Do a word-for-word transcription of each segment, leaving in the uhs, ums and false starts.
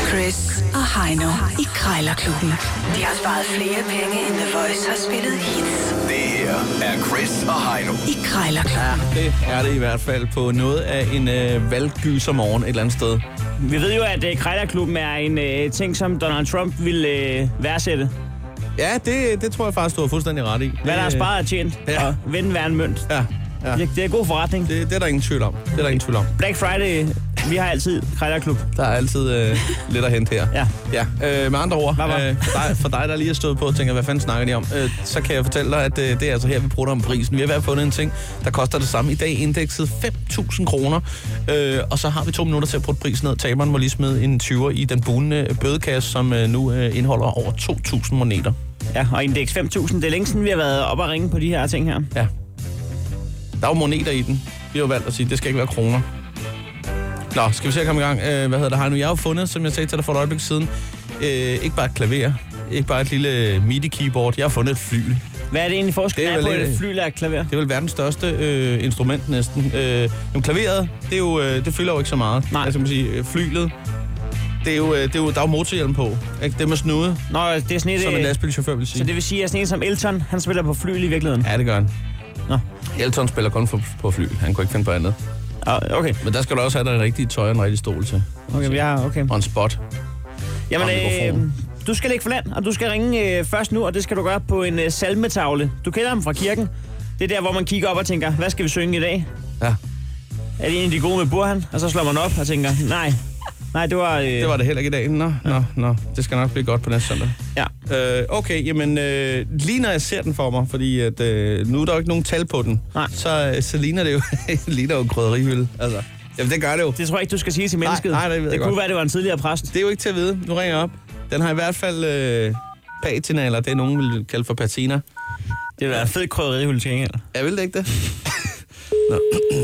Chris og Heino i Krejlerklubben. De har sparet flere penge, end The Voice har spillet hits. Det her er Chris og Heino i Krejlerklubben. Ja, det er det i hvert fald på noget af en øh, valggyser morgen et eller andet sted. Vi ved jo, at øh, Krejlerklubben er en øh, ting, som Donald Trump vil øh, værdsætte. Ja, det, det tror jeg faktisk, du har fuldstændig ret i. Hvad der er sparet og tjent, ja. og vende hver en mønt. Ja, ja. Det, det er god forretning. Det, det er der ingen tvivl om. Det er der ingen tvivl om. Black Friday, vi har altid Krejlerklub. Der er altid øh, lidt at hente her. Ja. Ja. Øh, med andre ord, øh, for, dig, for dig, der lige har stået på og tænker, hvad fanden snakker de om, øh, så kan jeg fortælle dig, at øh, det er altså her, vi bruger om prisen. Vi har været fundet en ting, der koster det samme. I dag indekset fem tusind kroner, øh, og så har vi to minutter til at putte prisen ned. Taberen må lige smide en tyver i den bunende bødekasse, som øh, nu øh, indeholder over to tusind moneter. Ja, og indeks fem tusind, det er længe siden, vi har været op og ringe på de her ting her. Ja. Der er jo moneter i den. Vi har jo valgt at sige, at det skal ikke være kroner. Nå, skal vi se at komme i gang. Øh, hvad hedder det her nu? Jeg har jo fundet, som jeg sagde til dig for et øjeblik siden, øh, ikke bare et klaver, ikke bare et lille midi-keyboard. Jeg har fundet et flyl. Hvad er det egentlig forskellen er på et flyl eller et klaver? Det er vel verdens største øh, instrument næsten. Øh, men klaveret, det, er jo, øh, det fylder jo ikke så meget. Nej. Altså, man sige, flylet, det er jo, det er jo, der er jo motorhjelm på. Ikke? Det er med snude. Nå, det er sådan et, som en lastbilchauffør vil sige. Så det vil sige, at sådan en som Elton, han spiller på flyl i virkeligheden? Ja, det gør han. Nå. Elton spiller kun på, på flyl. Han kunne ikke finde på andet. Okay. Men der skal du også have dig en rigtig tøj og en rigtig stol til. Okay, vi har, okay. Og en spot. Jamen, øh, du skal lægge for land, og du skal ringe øh, først nu, og det skal du gøre på en øh, salmetavle. Du kender dem fra kirken. Det er der, hvor man kigger op og tænker, hvad skal vi synge i dag? Ja. Er det en af de gode med Burhan? Og så slår man op og tænker, nej. Nej, det var... Øh... Det var det heller ikke i dag. Nå, ja. nå, nå. Det skal nok blive godt på næste søndag. Ja. Øh, okay, jamen, øh, lige når jeg ser den for mig, fordi at, øh, nu er der jo ikke nogen tal på den, nej. Så, så ligner det jo, ligner jo en krydderihylde. Altså, jamen, det gør det jo. Det tror jeg ikke, du skal sige til mennesket. Nej, nej, det ved det jeg kunne godt. være, det var en tidligere præst. Det er jo ikke til at vide. Nu ringer jeg op. Den har i hvert fald øh, patina, eller det nogen vil kalde for patina. Det vil være en fed krydderihylde til gengæld. Jeg vil det ikke det. Nå.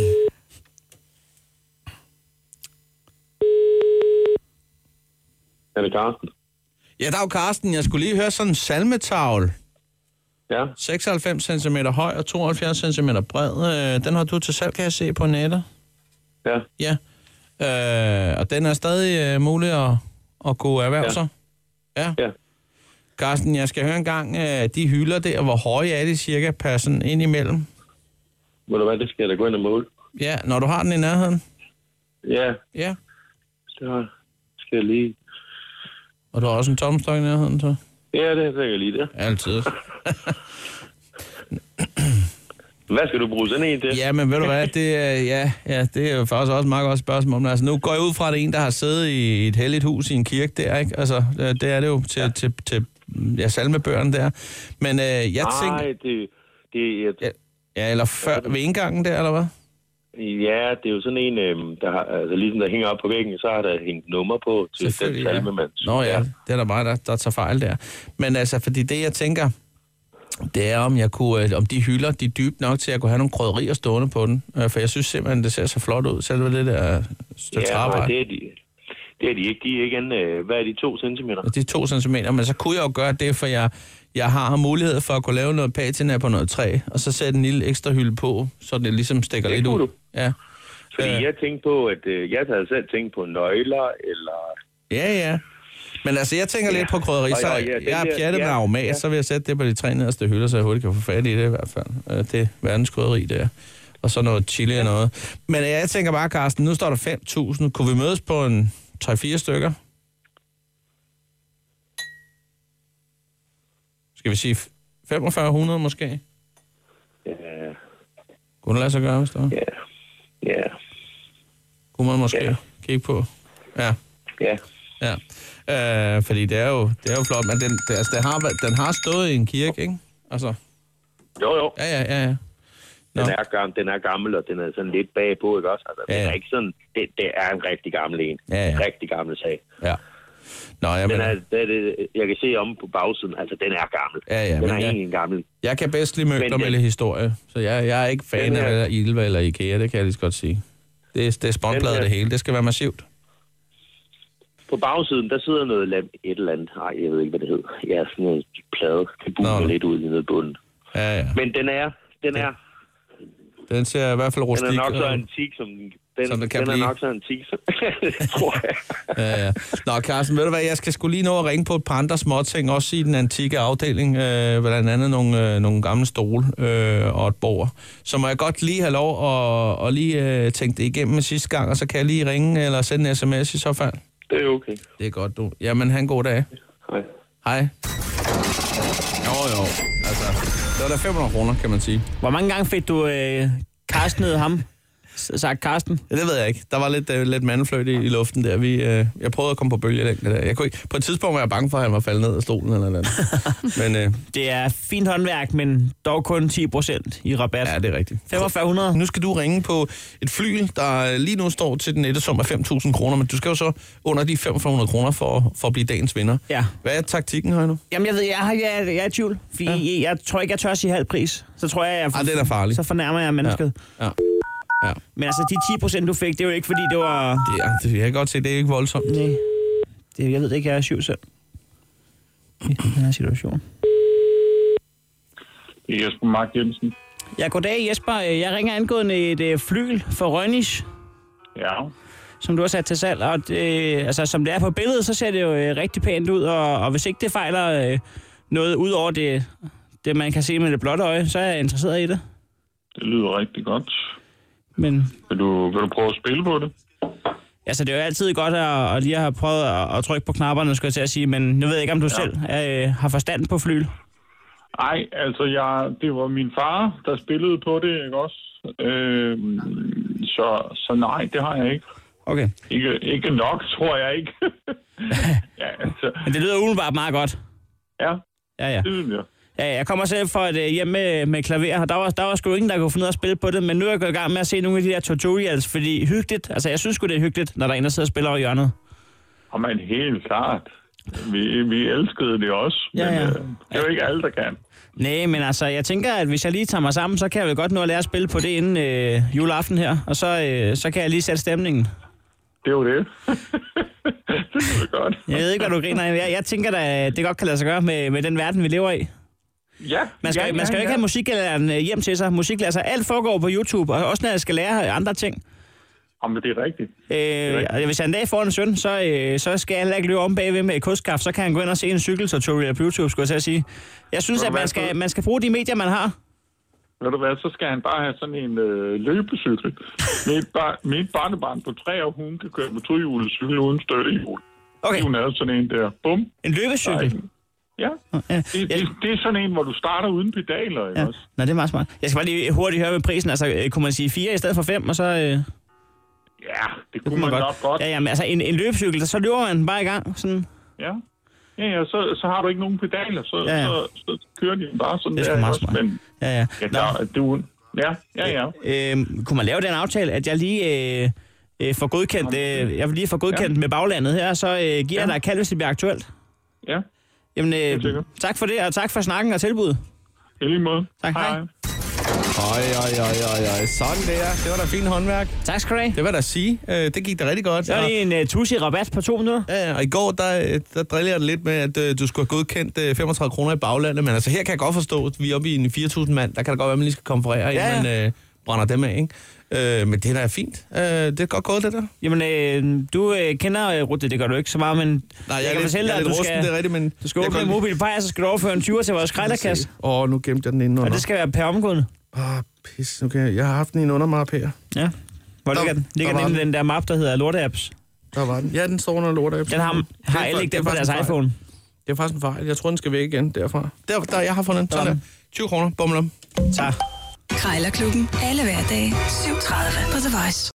Er det Carsten? Ja, der er jo Carsten. Jeg skulle lige høre sådan en salmetavle. Ja. seksoghalvfems centimeter høj og tooghalvfjerds centimeter bred. Den har du til salg, kan jeg se på nettet. Ja. Ja. Øh, og den er stadig uh, mulig at, at kunne erhverve sig? Ja. Ja. Carsten, jeg skal høre en gang, uh, de hylder der, hvor høje er de cirka per sådan ind imellem? Må du hvad, det skal jeg da gå ind og måle. Ja, når du har den i nærheden? Ja. Ja. Så skal jeg lige... Og du har også en tomstok i nærheden, så? Ja, det er jeg lige der. Altid. Hvad skal du bruge sådan en til? Ja, men ved du hvad, det er, ja, ja, det er jo faktisk også et meget godt spørgsmål. Altså, nu går jeg ud fra, at det er en, der har siddet i et helligt hus i en kirke der, ikke? Altså, det er det jo til, ja. til, til ja, salmebøgerne der. Men øh, jeg tænker... Nej, det... det jeg... ja, ja, eller før, ved indgangen der, eller hvad? Ja, det er jo sådan en, der har, altså ligesom der hænger op på væggen, så har der hængt nummer på til den salmemand. Ja. Nå ja, det er der bare, der, der tager fejl der. Men altså, fordi det, jeg tænker, det er, om jeg kunne, om de hylder, de er dybt nok til, at jeg kunne have nogle krydderier stående på den. For jeg synes simpelthen, det ser så flot ud, selve det der stykke ja, nej, det er de. Det er de ikke. De er igen, hvad er de, to centimeter? De er to centimeter, men så kunne jeg jo gøre det, for jeg, jeg har mulighed for at kunne lave noget patina på noget træ, og så sætte en lille ekstra hylde på, så det ligesom stikker det lidt ud. Du. Ja. Fordi øh. jeg tænkte på, at øh, jeg havde selv tænkt på nøgler, eller... Ja, ja. Men altså, jeg tænker ja. lidt på krydderi, så ja, ja, jeg er pjattet ja, med aromat, ja. Så vil jeg sætte det på de tre nederste hylder, så jeg hurtigt kan få fat i det i hvert fald. Det er verdens krydderi, der. Og så noget chili ja. og noget. Men jeg tænker bare, Carsten, nu står der fem tusind. Kunne vi mødes på en tre fire stykker? Skal vi sige femogfyrre hundrede måske? Ja. Kunne det lade sig gøre, hvis der var? Ja. Ja. Kunne man måske ja. kigge på? Ja. Ja. Ja. Øh, fordi det er jo, det er jo flot, men den, det, altså, den, har, den har stået i en kirke, ikke? Altså. Jo, jo. Ja, ja, ja, ja. Den er, gammel, den er gammel, og den er sådan lidt bagpå, ikke også? Altså, ja, ja. Den er ikke sådan, det, det er en rigtig gammel en. Ja, ja. En rigtig gammel sag. Ja. Nå, jeg, den mener... er, det, det, jeg kan se om på bagsiden, altså den er gammel. Ja, ja, den er jeg, egentlig gammel. Jeg kan bedst lide møbler med lidt historie, så jeg, jeg er ikke fan af her... Ilva eller Ikea, det kan jeg lige så godt sige. Det er, det er spåndbladet det hele, det skal være massivt. På bagsiden, der sidder noget et eller andet, nej, jeg ved ikke, hvad det hedder. Ja, sådan noget plade, det buger lidt ud i nede bunden. Ja, ja. Men den er, den er... Den ser i hvert fald rustik. Den er nok så antik, som Den, som det kan den blive. er nok sådan en teaser, tror jeg. Ja, ja. Nå, Carsten, ved du hvad, jeg skal sgu lige nå at ringe på et par andre småting, også i den antikke afdeling, øh, blandt andet nogle, øh, nogle gamle stole øh, og et bord. Så må jeg godt lige have lov at, at lige øh, tænke det igennem med sidste gang, og så kan jeg lige ringe eller sende en sms i så fald. Det er okay. Det er godt, du. Jamen, han god dag. Hej. Hej. Jo, jo. Altså, det var da fem hundrede kroner, kan man sige. Hvor mange gange fik du øh, Carstenet ham? Sagt Carsten? Ja, det ved jeg ikke. Der var lidt, uh, lidt mandefløjt i, i luften der. Vi, uh, jeg prøvede at komme på bølgelængde der. Jeg kunne ikke, på et tidspunkt var jeg bange for, at han var faldet ned af stolen eller noget. Men, uh, det er fint håndværk, men dog kun ti procent i rabat. Ja, det er rigtigt. femogfyrre hundrede. Nu skal du ringe på et fly, der lige nu står til den nette sum af fem tusind kroner, men du skal jo så under de femogfyrre hundrede kroner for, for at blive dagens vinder. Ja. Hvad er taktikken her nu? Jamen, jeg ved, jeg, jeg, jeg, jeg er i tvivl. Fordi ja. jeg, jeg tror ikke, jeg tør sige halv pris. Så tror jeg, jeg for, Ej, det er farligt. Så fornærmer jeg mennesket. Ja. Ja. Ja. Men altså, de ti procent, du fik, det er jo ikke, fordi det var... Det er, det, jeg kan godt se, det er ikke voldsomt. Nej. Det, jeg ved det ikke, jeg er syv selv. I den her situation. Det er Jesper Mark Jensen. Ja, goddag Jesper. Jeg ringer angående et øh, flyl for Rønnisch. Ja. Som du har sat til salg. Og det, altså, som det er på billedet, så ser det jo øh, rigtig pænt ud. Og, og hvis ikke det fejler øh, noget ud over det, det, man kan se med det blotte øje, så er jeg interesseret i det. Det lyder rigtig godt. Men... Vil du, vil du prøve at spille på det? Altså, det er jo altid godt at, at lige have prøvet at, at trykke på knapperne, skal jeg til at sige, men nu ved jeg ikke, om du ja. selv øh, har forstand på flyl. Nej, altså, jeg, det var min far, der spillede på det, ikke også? Øh, så, så nej, det har jeg ikke. Okay. Ikke, ikke nok, tror jeg ikke. ja, altså. Men det lyder umiddelbart meget godt. Ja, ja, ja. det synes jeg. Ja, jeg kommer selv fra et hjem med, med klaver, og der var, der var sgu ingen, der kunne finde ud af at spille på det, men nu er jeg gået i gang med at se nogle af de der tutorials, fordi hyggeligt, altså jeg synes sgu, det er hyggeligt, når der er en, der sidder og spiller over hjørnet. Og man helt klart. Vi, vi elskede det også, men ja, ja. Øh, det er jo ikke alle, der kan. Nej, men altså, jeg tænker, at hvis jeg lige tager mig sammen, så kan jeg vel godt nå at lære at spille på det inden øh, juleaften her, og så, øh, så kan jeg lige sætte stemningen. Det er jo det. Det er godt. Jeg ved ikke, hvad du griner af. Jeg, jeg tænker da, det godt kan lade sig gøre med, med den verden, vi lever i. Ja, man skal, ja, ja, man skal jo ikke ja. have musiklæreren hjem til sig. Musiklæreren, alt foregår på YouTube, og også når jeg skal lære andre ting. Jamen, det er rigtigt. Øh, det er rigtigt. Hvis jeg en dag får en søn, så, øh, så skal jeg heller ikke løbe om bagved med et kostskaft, så kan han gå ind og se en cykeltutorial på YouTube, skulle jeg til at sige. Jeg synes, at man skal, man skal bruge de medier, man har. Ved du hvad, så skal han bare have sådan en øh, løbecykel. mit, bar, mit barnebarn på tre år, hun kan køre på tohjulet cykel uden støttehjul. Okay. Hun er sådan en der. Bum. En løbecykel? Ja. ja. Det, det, det er sådan en, hvor du starter uden pedaler. Ja. Også. Nå, det er meget smart. Jeg skal bare lige hurtigt høre med prisen. Altså, kunne man sige fire i stedet for fem, og så... Øh... Ja, det, det kunne man, man godt. nok godt. Ja, jamen, altså en, en løbecykel, så løber man bare i gang, sådan... Ja. Ja, ja, så, så har du ikke nogen pedaler, så, ja, ja. så, så kører de bare sådan det er der. Meget smart. Men, ja, ja. Ja, der, du, ja, ja, ja. Øh, øh, kunne man lave den aftale, at jeg lige øh, øh, får godkendt, øh, jeg vil lige få godkendt ja. med baglandet her, så øh, giver ja. jeg dig kald, hvis det bliver aktuelt? Ja. Jamen, øh, tak for det, og tak for snakken og tilbuddet. I lige måde. Tak, hej. hej. Oj, oj, oj, oj, oj. Sådan der. Det var da fint håndværk. Tak skal du have. Det var da at sige. Det gik da rigtig godt. Det var lige en uh, tusind rabat på to minutter. Ja, og i går, der, der drillede jeg det lidt med, at uh, du skulle have godkendt uh, femogtredive kroner i baglandet. Men altså her kan jeg godt forstå, at vi er oppe i en fire tusind mand. Der kan det godt være, at man lige skal konferere, ja, ja. inden man uh, brænder dem af, ikke? Uh, men det er da fint. Uh, det er godt gået, det der. Jamen, øh, du øh, kender uh, Rutte, det gør du ikke så meget, men... Nej, jeg, jeg kan lidt, fortælle dig, at du rusten, skal... Det er rigtigt, men... Du skal åbne en mobilpejr, så skal du overføre en tyver til vores skrejlerkasse. Åh, oh, nu gemte jeg den inde under. Og det skal være per omgående. Åh, oh, pis. Okay, jeg har haft den i en undermap her. Ja. Hvor ligger den? Ligger den inde i den der map, der hedder Lorteapps? Der var den. Ja, den står under Lorteapps. Den har, har alle ikke den på deres iPhone. Det er faktisk en fejl. Jeg tror, den skal væk igen derfra. Der, der jeg har fundet den. Sådan der. tyve kroner. Bummelum. Tak. Krejlerklubben. Alle hverdage. syv tredive på The Voice.